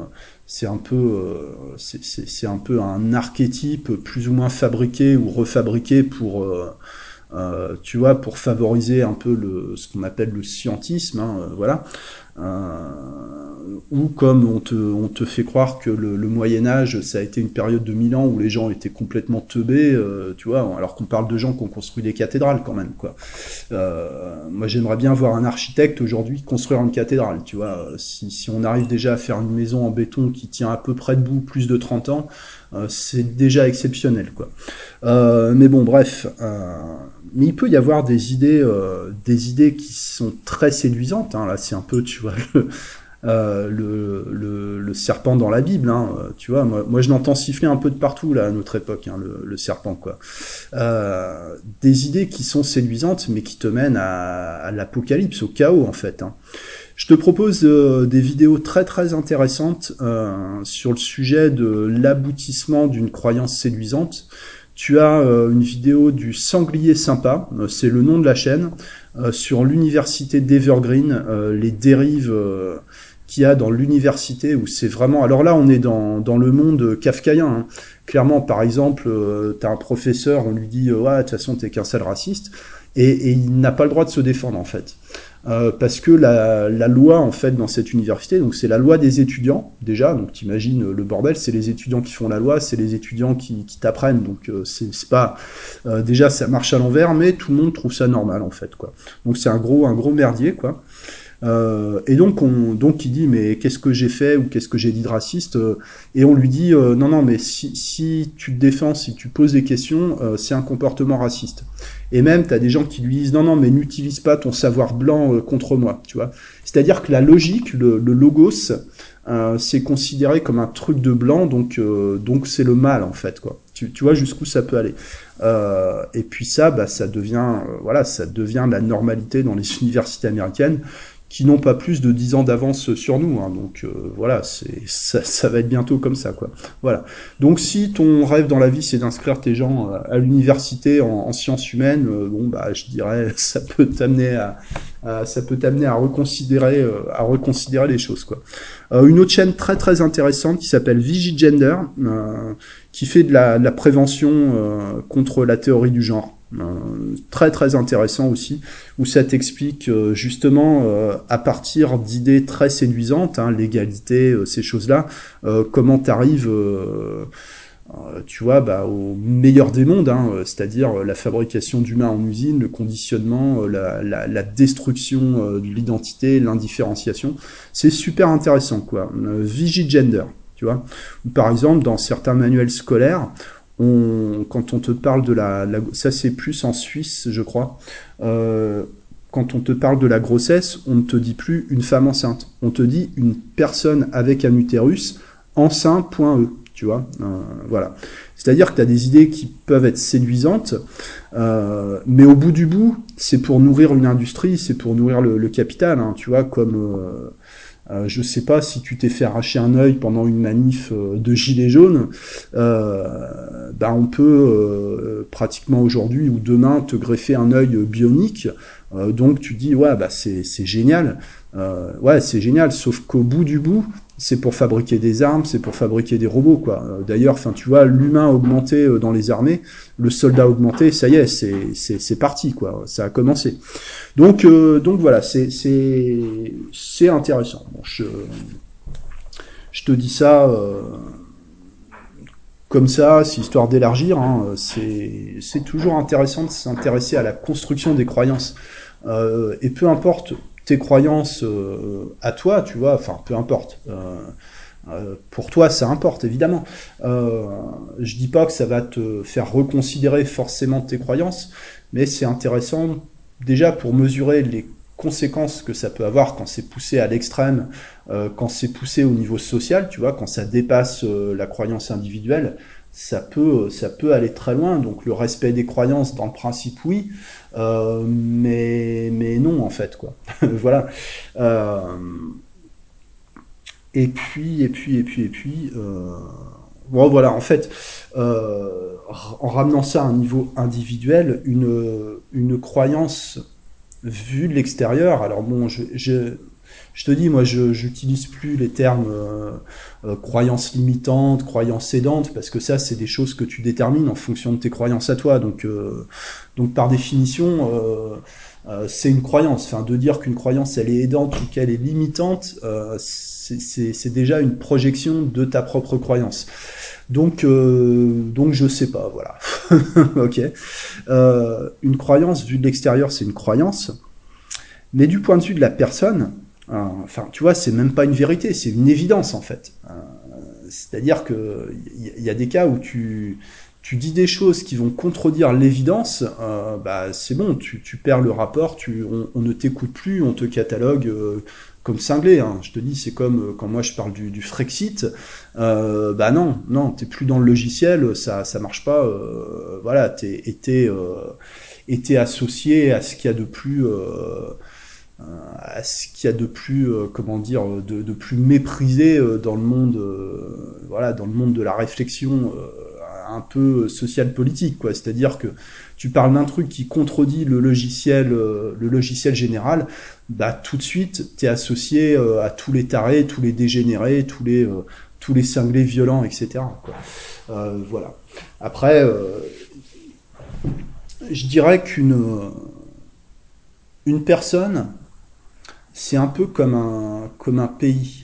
C'est un peu un archétype plus ou moins fabriqué ou refabriqué pour tu vois, pour favoriser un peu ce qu'on appelle le scientisme, hein, voilà. Ou comme on te fait croire que le Moyen-Âge, ça a été une période de 1000 ans où les gens étaient complètement teubés, tu vois, alors qu'on parle de gens qui ont construit des cathédrales quand même, quoi. Moi, j'aimerais bien voir un architecte aujourd'hui construire une cathédrale, tu vois. Si on arrive déjà à faire une maison en béton qui tient à peu près debout plus de 30 ans, c'est déjà exceptionnel, quoi. Mais bon, bref. Mais il peut y avoir des idées qui sont très séduisantes, hein. Là, c'est un peu, tu vois, le serpent dans la Bible, hein. Tu vois, moi je l'entends siffler un peu de partout là à notre époque, hein, le serpent, quoi. Des idées qui sont séduisantes, mais qui te mènent à l'apocalypse, au chaos en fait, hein. Je te propose des vidéos très très intéressantes sur le sujet de l'aboutissement d'une croyance séduisante. Tu as une vidéo du sanglier sympa, c'est le nom de la chaîne, sur l'université d'Evergreen, les dérives qu'il y a dans l'université, où c'est vraiment... Alors là, on est dans le monde kafkaïen, hein. Clairement, par exemple, tu as un professeur, on lui dit ouais, de toute façon, t'es qu'un sale raciste, et il n'a pas le droit de se défendre, en fait. Parce que la loi en fait dans cette université, donc c'est la loi des étudiants déjà, donc t'imagines le bordel, c'est les étudiants qui font la loi, c'est les étudiants qui t'apprennent, donc c'est pas déjà ça marche à l'envers, mais tout le monde trouve ça normal en fait, quoi. Donc c'est un gros merdier, quoi. Et donc il dit mais qu'est-ce que j'ai fait ou qu'est-ce que j'ai dit de raciste, et on lui dit non non mais si tu te défends, si tu poses des questions, c'est un comportement raciste. Et même t'as des gens qui lui disent non non mais n'utilise pas ton savoir blanc contre moi, tu vois. C'est-à-dire que la logique, le logos, c'est considéré comme un truc de blanc, donc c'est le mal en fait, quoi. Tu vois jusqu'où ça peut aller. Et puis ça, bah, ça devient voilà, ça devient la normalité dans les universités américaines, qui n'ont pas plus de 10 ans d'avance sur nous, hein. Donc voilà, ça va être bientôt comme ça, quoi. Voilà. Donc si ton rêve dans la vie c'est d'inscrire tes gens à l'université en sciences humaines, bon bah je dirais ça peut t'amener à reconsidérer les choses, quoi. Une autre chaîne très très intéressante qui s'appelle Vigigender, qui fait de la prévention contre la théorie du genre. Très très intéressant aussi, où ça t'explique justement à partir d'idées très séduisantes, hein, l'égalité, ces choses-là, comment t'arrives tu vois, bah, au meilleur des mondes, hein, c'est-à-dire la fabrication d'humains en usine, le conditionnement, la destruction de l'identité, l'indifférenciation. C'est super intéressant, quoi. Vigigender, tu vois. Par exemple, dans certains manuels scolaires, quand on te parle de ça c'est plus en Suisse, je crois, quand on te parle de la grossesse, on ne te dit plus une femme enceinte. On te dit une personne avec un utérus enceint.e. Tu vois, voilà. C'est-à-dire que tu as des idées qui peuvent être séduisantes, mais au bout du bout, c'est pour nourrir une industrie, c'est pour nourrir le capital, hein, tu vois, comme je sais pas si tu t'es fait arracher un œil pendant une manif de gilets jaunes, bah on peut pratiquement aujourd'hui ou demain te greffer un œil bionique. Donc tu dis ouais bah c'est génial, ouais c'est génial. Sauf qu'au bout du bout, c'est pour fabriquer des armes, c'est pour fabriquer des robots, quoi. D'ailleurs, enfin, tu vois, l'humain augmenté dans les armées, le soldat augmenté, ça y est, c'est parti, quoi. Ça a commencé. Donc voilà, c'est intéressant. Bon, je te dis ça comme ça, c'est histoire d'élargir. Hein, c'est toujours intéressant de s'intéresser à la construction des croyances. Et peu importe tes croyances à toi, tu vois, enfin peu importe. Pour toi, ça importe évidemment. Je dis pas que ça va te faire reconsidérer forcément tes croyances, mais c'est intéressant déjà pour mesurer les conséquences que ça peut avoir quand c'est poussé à l'extrême, quand c'est poussé au niveau social, tu vois, quand ça dépasse la croyance individuelle, ça peut aller très loin. Donc le respect des croyances, dans le principe, oui, mais non en fait, quoi. Voilà. Euh, bon, voilà, en fait, en ramenant ça à un niveau individuel, une croyance vue de l'extérieur, alors bon, je te dis, moi, je j'utilise plus les termes croyances limitantes, croyances aidantes, parce que ça, c'est des choses que tu détermines en fonction de tes croyances à toi. Donc par définition, c'est une croyance. Enfin, de dire qu'une croyance, elle est aidante ou qu'elle est limitante, c'est déjà une projection de ta propre croyance. Donc je sais pas, voilà. Ok. Une croyance vue de l'extérieur, c'est une croyance. Mais du point de vue de la personne, enfin, tu vois, c'est même pas une vérité, c'est une évidence en fait. C'est-à-dire que il y a des cas où tu dis des choses qui vont contredire l'évidence, bah c'est bon, tu perds le rapport, on ne t'écoute plus, on te catalogue comme cinglé. Hein. Je te dis, c'est comme quand moi je parle du Frexit, bah non, non, t'es plus dans le logiciel, ça marche pas. Voilà, t'es associé à ce qu'il y a de plus à ce qu'il y a de plus, comment dire, de plus méprisé dans le monde, voilà, dans le monde de la réflexion un peu social politique, quoi. C'est-à-dire que tu parles d'un truc qui contredit le logiciel général, bah tout de suite t'es associé à tous les tarés, tous les dégénérés, tous les cinglés violents, etc. Quoi. Voilà. Après, je dirais une personne, c'est un peu comme un pays.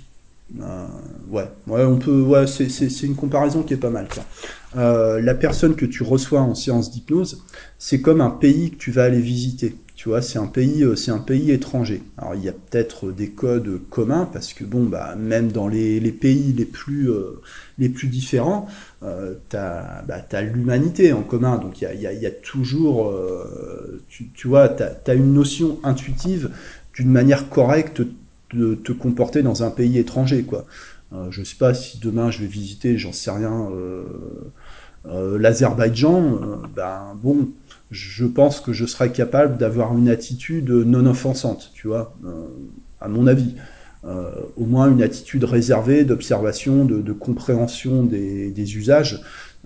On peut, ouais, c'est une comparaison qui est pas mal. Quoi. La personne que tu reçois en séance d'hypnose, c'est comme un pays que tu vas aller visiter. Tu vois, c'est un pays étranger. Alors il y a peut-être des codes communs parce que bon, bah même dans les pays les plus différents, t'as l'humanité en commun. Donc il y a toujours, tu vois, t'as une notion intuitive d'une manière correcte de te comporter dans un pays étranger, quoi. Je sais pas si demain je vais visiter, j'en sais rien, l'Azerbaïdjan, ben bon, je pense que je serais capable d'avoir une attitude non offensante, tu vois, à mon avis. Au moins une attitude réservée d'observation, de compréhension des usages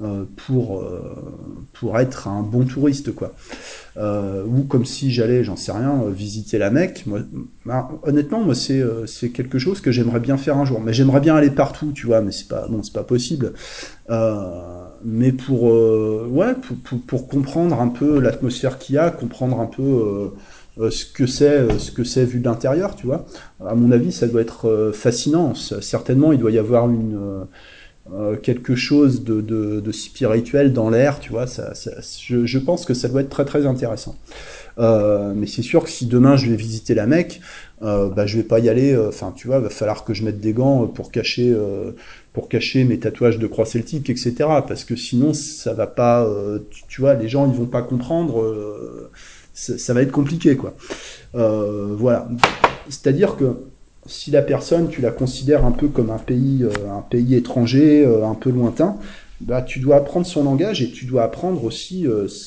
pour être un bon touriste, quoi. Ou comme si j'allais, j'en sais rien, visiter la Mecque. Moi, bah, honnêtement, moi, c'est quelque chose que j'aimerais bien faire un jour. Mais j'aimerais bien aller partout, tu vois, mais c'est pas possible. Mais pour comprendre un peu l'atmosphère qu'il y a, comprendre un peu ce que c'est vu de l'intérieur, tu vois. À mon avis, ça doit être fascinant. Certainement, il doit y avoir quelque chose de spirituel dans l'air, tu vois. Je pense que ça doit être très très intéressant. Mais c'est sûr que si demain je vais visiter la Mecque, bah je vais pas y aller. Enfin, tu vois, va falloir que je mette des gants pour cacher mes tatouages de croix celtique, etc. Parce que sinon, ça va pas. Tu vois, les gens ils vont pas comprendre. Ça va être compliqué, quoi. Voilà. C'est-à-dire que si la personne, tu la considères un peu comme un pays étranger, un peu lointain, bah, tu dois apprendre son langage et tu dois apprendre aussi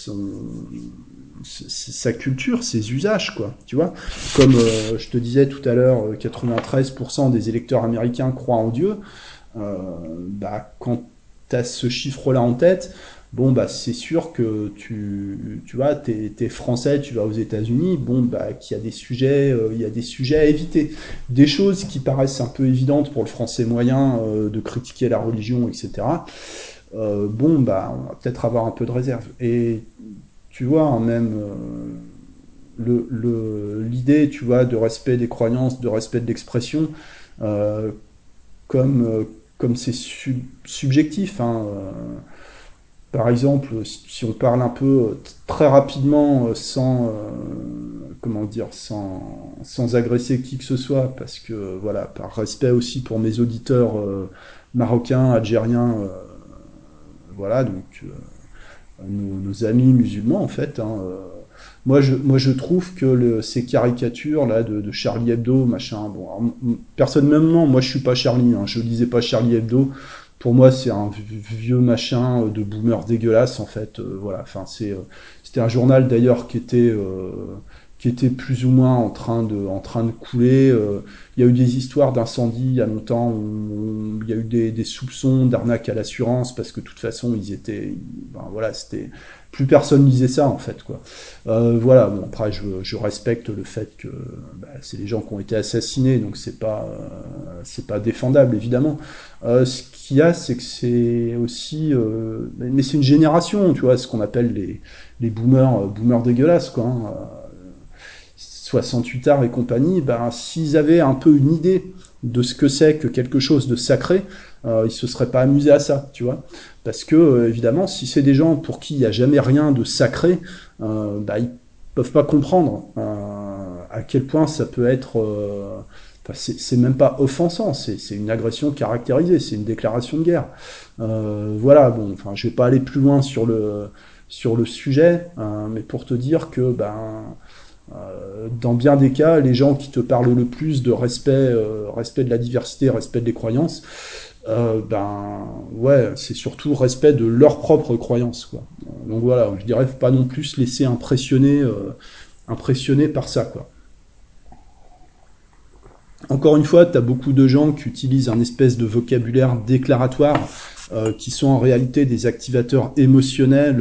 sa culture, ses usages, quoi. Tu vois, comme je te disais tout à l'heure, 93% des électeurs américains croient en Dieu. Bah, quand tu as ce chiffre-là en tête, bon, bah, c'est sûr que tu vois, t'es français, tu vas aux États-Unis, bon, bah, qu'il y a des sujets, il y a des sujets à éviter. Des choses qui paraissent un peu évidentes pour le français moyen, de critiquer la religion, etc. Bon, bah, on va peut-être avoir un peu de réserve. Et tu vois, hein, même l'idée, tu vois, de respect des croyances, de respect de l'expression, euh, comme comme c'est subjectif. Hein, par exemple, si on parle un peu très rapidement, sans comment dire, sans agresser qui que ce soit, parce que voilà, par respect aussi pour mes auditeurs marocains, algériens, voilà, donc nos amis musulmans en fait. Hein, moi, je trouve que ces caricatures là de Charlie Hebdo, machin, bon, alors, personnellement, moi je suis pas Charlie, hein, je lisais pas Charlie Hebdo. Pour moi, c'est un vieux machin de boomer dégueulasse en fait. Voilà, enfin c'était un journal d'ailleurs qui était plus ou moins en train de couler. Il y a eu des histoires d'incendie il y a longtemps. Il y a eu des soupçons d'arnaque à l'assurance parce que de toute façon ils étaient, ben voilà, c'était plus personne lisait ça en fait quoi. Voilà, bon après je respecte le fait que bah, c'est les gens qui ont été assassinés, donc c'est pas défendable évidemment. Ce qu'il y a, c'est que c'est aussi, mais c'est une génération, tu vois, ce qu'on appelle les boomers, boomers dégueulasses quoi. Hein. 68 arts et compagnie, ben, s'ils avaient un peu une idée de ce que c'est que quelque chose de sacré, ils se seraient pas amusés à ça, tu vois. Parce que, évidemment, si c'est des gens pour qui il n'y a jamais rien de sacré, bah, ils peuvent pas comprendre à quel point ça peut être... enfin, c'est même pas offensant, c'est une agression caractérisée, c'est une déclaration de guerre. Voilà, bon, enfin, je vais pas aller plus loin sur le sujet, mais pour te dire que, ben, dans bien des cas, les gens qui te parlent le plus de respect, respect de la diversité, respect des croyances, ben ouais, c'est surtout respect de leurs propres croyances, quoi. Donc voilà, je dirais, faut pas non plus se laisser impressionner par ça, quoi. Encore une fois, tu as beaucoup de gens qui utilisent un espèce de vocabulaire déclaratoire, qui sont en réalité des activateurs émotionnels,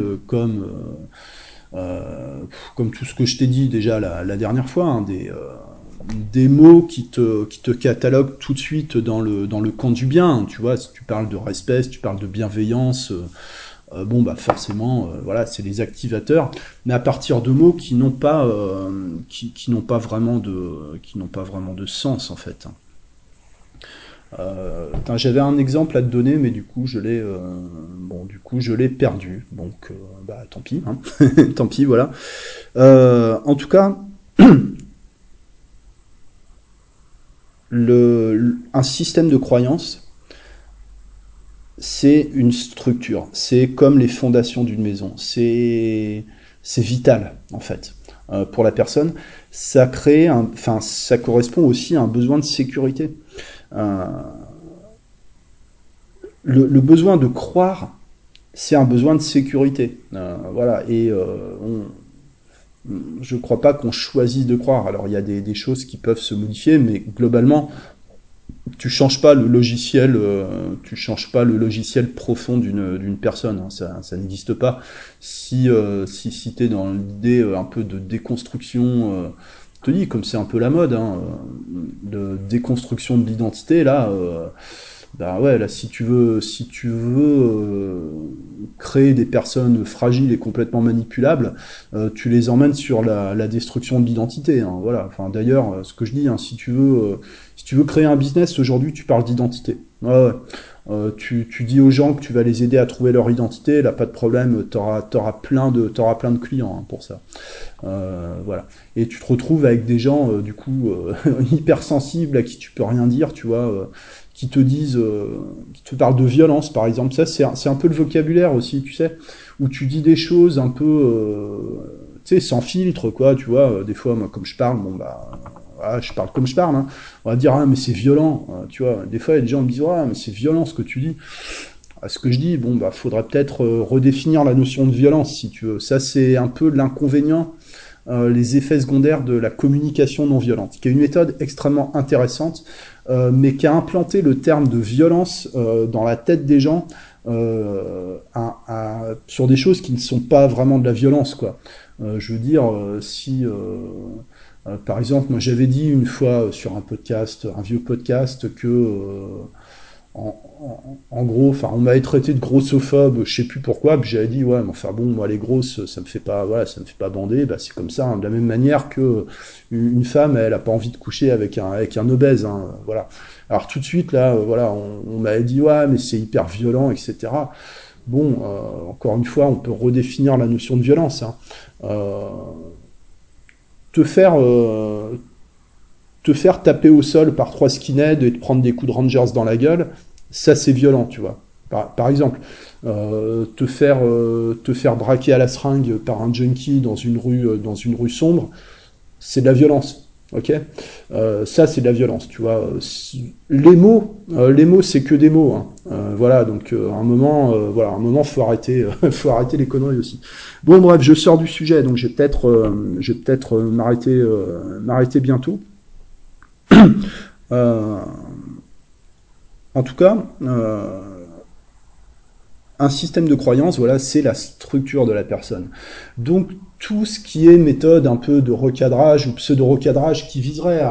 comme tout ce que je t'ai dit déjà la dernière fois, hein, des mots qui te cataloguent tout de suite dans le camp du bien. Tu vois, si tu parles de respect, si tu parles de bienveillance, bon, bah forcément, voilà, c'est les activateurs, mais à partir de mots qui n'ont pas vraiment qui n'ont pas vraiment de sens, en fait. J'avais un exemple à te donner, mais du coup, bon, du coup, je l'ai perdu. Donc, bah, tant pis, hein. Tant pis, voilà. En tout cas, un système de croyance, c'est une structure. C'est comme les fondations d'une maison. C'est vital, en fait, pour la personne. Enfin, ça correspond aussi à un besoin de sécurité. Euh, le besoin de croire, c'est un besoin de sécurité. Voilà. Et je ne crois pas qu'on choisisse de croire. Alors, il y a des choses qui peuvent se modifier, mais globalement, tu changes pas le logiciel profond d'une personne, hein, ça n'existe pas. Si t'es dans l'idée un peu de déconstruction, je te dis comme c'est un peu la mode, hein, de déconstruction de l'identité là. Bah ouais, là, si tu veux créer des personnes fragiles et complètement manipulables, tu les emmènes sur la destruction de l'identité. Hein, voilà. Enfin, d'ailleurs, ce que je dis, hein, si tu veux créer un business aujourd'hui, tu parles d'identité. Ouais, ouais. Tu dis aux gens que tu vas les aider à trouver leur identité, là, pas de problème, t'auras plein de clients hein, pour ça. Voilà. Et tu te retrouves avec des gens, du coup, hypersensibles à qui tu peux rien dire, tu vois, qui te disent, qui te parlent de violence, par exemple. Ça, c'est un peu le vocabulaire aussi, tu sais, où tu dis des choses un peu, tu sais, sans filtre, quoi, tu vois. Des fois, moi, comme je parle, bon, bah, voilà, je parle comme je parle, hein. On va dire, ah, mais c'est violent, tu vois. Des fois, il y a des gens qui me disent, ah, mais c'est violent ce que tu dis. À ce que je dis, bon, bah, faudrait peut-être redéfinir la notion de violence, si tu veux. Ça, c'est un peu l'inconvénient les effets secondaires de la communication non violente, qui est une méthode extrêmement intéressante, mais qui a implanté le terme de violence dans la tête des gens sur des choses qui ne sont pas vraiment de la violence, quoi. Je veux dire, si par exemple, moi j'avais dit une fois sur un podcast, un vieux podcast, que en gros, enfin, on m'avait traité de grossophobe, je sais plus pourquoi, puis j'avais dit ouais, mais enfin bon, moi les grosses, ça me fait pas, voilà, ça me fait pas bander, bah c'est comme ça, hein, de la même manière que une femme, elle a pas envie de coucher avec un obèse, hein, voilà. Alors tout de suite là, voilà, on m'avait dit ouais, mais c'est hyper violent, etc. Bon, encore une fois, on peut redéfinir la notion de violence, hein. Euh, te faire te faire taper au sol par trois skinheads et te prendre des coups de Rangers dans la gueule, ça c'est violent, tu vois. Par exemple, te faire braquer à la seringue par un junkie dans une rue sombre, c'est de la violence. Ok, ça c'est de la violence, tu vois. Les mots c'est que des mots, hein. Voilà, donc à un moment faut arrêter les conneries aussi. Bon bref, je sors du sujet, donc je vais peut-être m'arrêter bientôt. Euh, En tout cas, un système de croyance, voilà, c'est la structure de la personne. Donc tout ce qui est méthode un peu de recadrage ou pseudo-recadrage qui viserait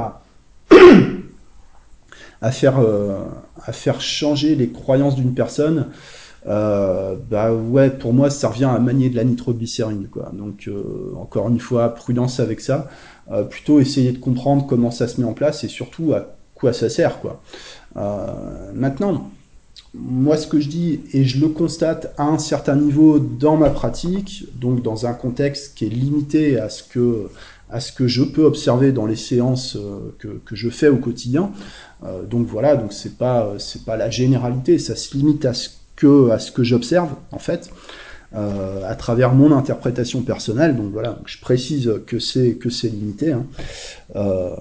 à faire, euh, à faire changer les croyances d'une personne, bah ouais, pour moi, ça revient à manier de la nitroglycérine, quoi. Donc encore une fois, prudence avec ça. Plutôt essayer de comprendre comment ça se met en place et surtout à quoi ça sert, quoi. Maintenant, moi, ce que je dis, et je le constate à un certain niveau dans ma pratique, donc dans un contexte qui est limité à ce que je peux observer dans les séances que je fais au quotidien. Donc voilà, donc c'est pas la généralité, ça se limite à ce que j'observe en fait, à travers mon interprétation personnelle. Donc voilà, donc je précise que c'est limité, hein. Euh,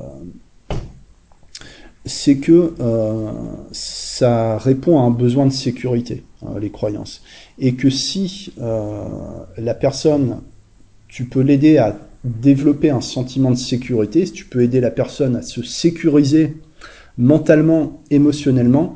c'est que ça répond à un besoin de sécurité, les croyances. Et que si la personne, tu peux l'aider à développer un sentiment de sécurité, si tu peux aider la personne à se sécuriser mentalement, émotionnellement,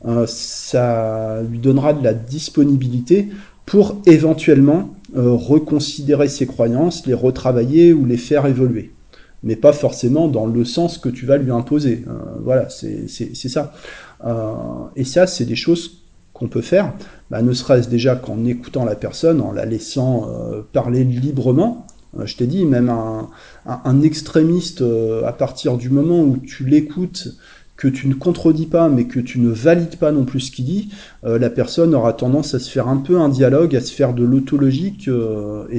ça lui donnera de la disponibilité pour éventuellement reconsidérer ses croyances, les retravailler ou les faire évoluer. Mais pas forcément dans le sens que tu vas lui imposer. Voilà, c'est ça. Et ça, c'est des choses qu'on peut faire, bah, ne serait-ce déjà qu'en écoutant la personne, en la laissant parler librement. Je t'ai dit, même un extrémiste, à partir du moment où tu l'écoutes, que tu ne contredis pas, mais que tu ne valides pas non plus ce qu'il dit, la personne aura tendance à se faire un peu un dialogue, à se faire de l'autologique, et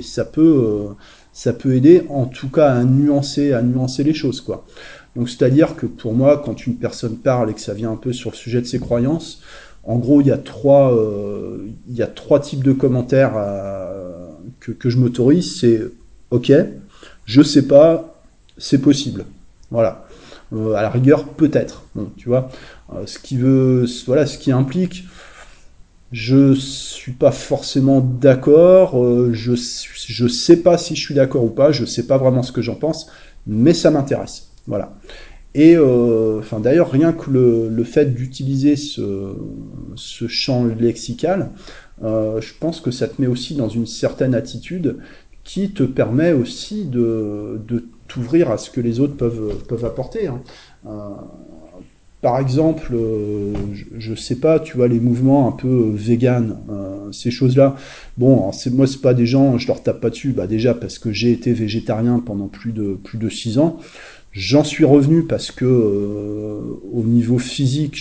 ça peut aider, en tout cas, à nuancer les choses, quoi. Donc, c'est-à-dire que pour moi, quand une personne parle et que ça vient un peu sur le sujet de ses croyances, en gros, il y a trois types de commentaires que je m'autorise. C'est OK, je sais pas, c'est possible. Voilà. À la rigueur, peut-être. Bon, tu vois, voilà, ce qui implique, je suis pas forcément d'accord. Je sais pas si je suis d'accord ou pas. Je sais pas vraiment ce que j'en pense, mais ça m'intéresse. Voilà. Et enfin d'ailleurs rien que le fait d'utiliser ce champ lexical, je pense que ça te met aussi dans une certaine attitude qui te permet aussi de t'ouvrir à ce que les autres peuvent apporter, hein. Euh, Par exemple, je sais pas, tu vois, les mouvements un peu vegan, ces choses-là. Bon, moi, c'est pas des gens, je leur tape pas dessus, bah déjà parce que j'ai été végétarien pendant plus de 6 ans. J'en suis revenu parce que au niveau physique,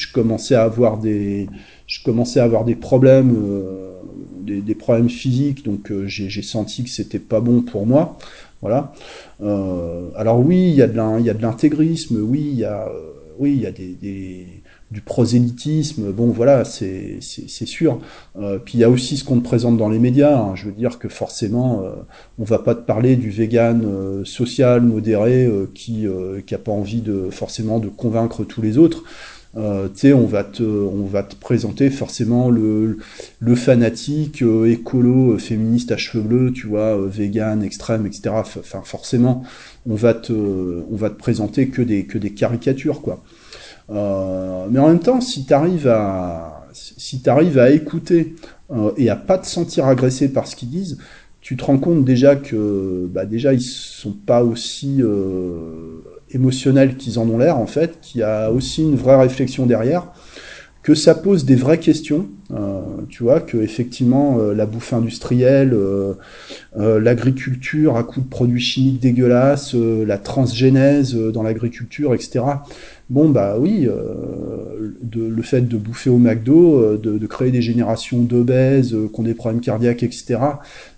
je commençais à avoir des problèmes, des problèmes physiques, donc j'ai senti que c'était pas bon pour moi. Voilà. Alors oui, il y a de l'intégrisme, oui, il y a du prosélytisme. Bon, voilà, c'est sûr. Puis il y a aussi ce qu'on te présente dans les médias, hein. Je veux dire que forcément, on va pas te parler du vegan social, modéré, qui a pas envie forcément de convaincre tous les autres. Tu sais, on va te présenter forcément le fanatique écolo, féministe à cheveux bleus, tu vois, vegan, extrême, etc. Enfin, forcément, on va te présenter que des caricatures, quoi. Mais en même temps, si tu arrives à écouter et à pas te sentir agressé par ce qu'ils disent, tu te rends compte déjà que déjà ils sont pas aussi émotionnels qu'ils en ont l'air en fait, qu'il y a aussi une vraie réflexion derrière, que ça pose des vraies questions, tu vois, que effectivement la bouffe industrielle, l'agriculture à coup de produits chimiques dégueulasses, la transgénèse dans l'agriculture, etc. Bon, bah oui, le fait de bouffer au McDo, de créer des générations d'obèses, qui ont des problèmes cardiaques, etc.,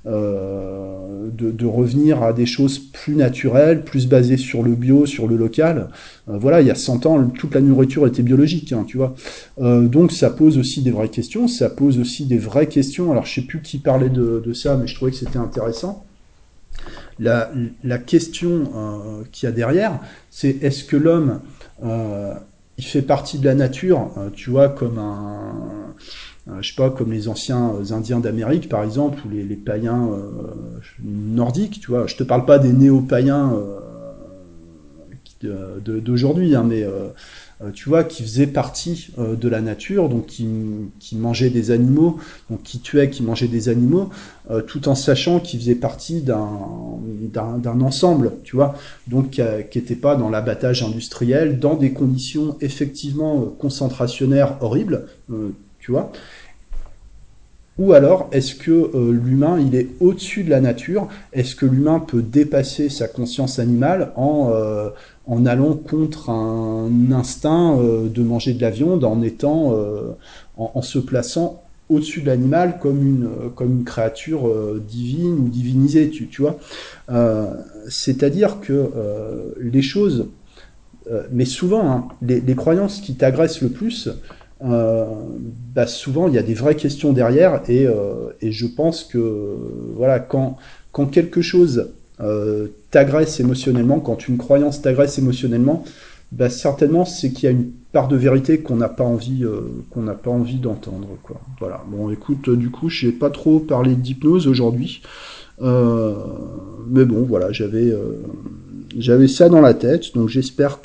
de revenir à des choses plus naturelles, plus basées sur le bio, sur le local. Voilà, il y a 100 ans, toute la nourriture était biologique, hein, tu vois. Donc ça pose aussi des vraies questions, ça pose aussi des vraies questions. Alors je sais plus qui parlait de ça, mais je trouvais que c'était intéressant. La, la question qu'il y a derrière, c'est est-ce que l'homme, euh, il fait partie de la nature, tu vois, comme je sais pas, comme les anciens Indiens d'Amérique, par exemple, ou les païens nordiques, tu vois. Je te parle pas des néo-païens d'aujourd'hui, hein, mais tu vois, qui faisaient partie de la nature, donc qui mangeaient des animaux, donc qui tuaient, qui mangeaient des animaux, tout en sachant qu'ils faisaient partie d'un ensemble, tu vois, donc qui n'était pas dans l'abattage industriel, dans des conditions effectivement concentrationnaires horribles, tu vois. Ou alors, est-ce que l'humain, il est au-dessus de la nature? Est-ce que l'humain peut dépasser sa conscience animale en allant contre un instinct de manger de la viande, en étant, en se plaçant au-dessus de l'animal comme une créature divine ou divinisée, tu vois? Euh, C'est-à-dire que les choses mais souvent, hein, les croyances qui t'agressent le plus, euh, souvent il y a des vraies questions derrière et je pense que voilà quand quelque chose t'agresse émotionnellement, quand une croyance t'agresse émotionnellement, certainement c'est qu'il y a une part de vérité qu'on n'a pas envie d'entendre quoi. Voilà. Bon, écoute, du coup, je n'ai pas trop parlé d'hypnose aujourd'hui. Euh, mais bon, voilà, j'avais ça dans la tête, donc j'espère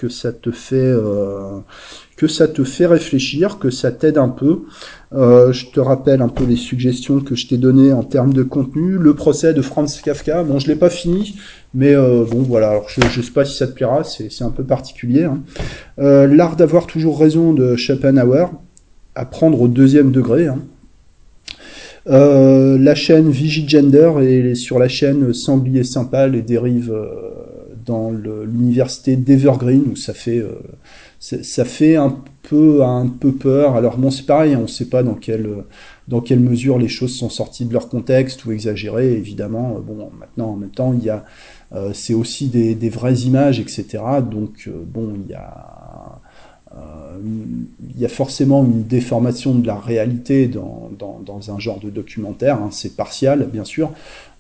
que ça te fait réfléchir, que ça t'aide un peu. Je te rappelle un peu les suggestions que je t'ai données en termes de contenu. Le procès de Franz Kafka, bon, je l'ai pas fini, mais bon, voilà. Alors, je sais pas si ça te plaira, c'est un peu particulier, hein. L'art d'avoir toujours raison de Schopenhauer, à prendre au deuxième degré, hein. La chaîne Vigigender et sur la chaîne Sanglier Sympa les dérives dans l'université d'Evergreen où ça fait un peu peur. Alors bon, c'est pareil, on ne sait pas dans quelle mesure les choses sont sorties de leur contexte ou exagérées, évidemment. Bon, maintenant, en même temps, c'est aussi des vraies images, etc. Donc, bon, il y a forcément une déformation de la réalité dans un genre de documentaire, hein, c'est partial, bien sûr.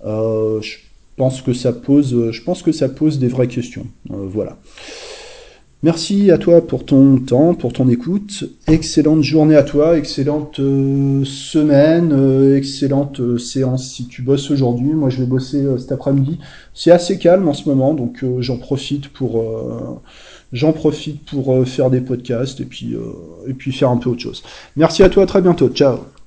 Je pense que ça pose des vraies questions. Voilà. Merci à toi pour ton temps, pour ton écoute. Excellente journée à toi, excellente semaine, excellente séance si tu bosses aujourd'hui. Moi, je vais bosser cet après-midi. C'est assez calme en ce moment, donc j'en profite pour faire des podcasts et puis faire un peu autre chose. Merci à toi, à très bientôt. Ciao.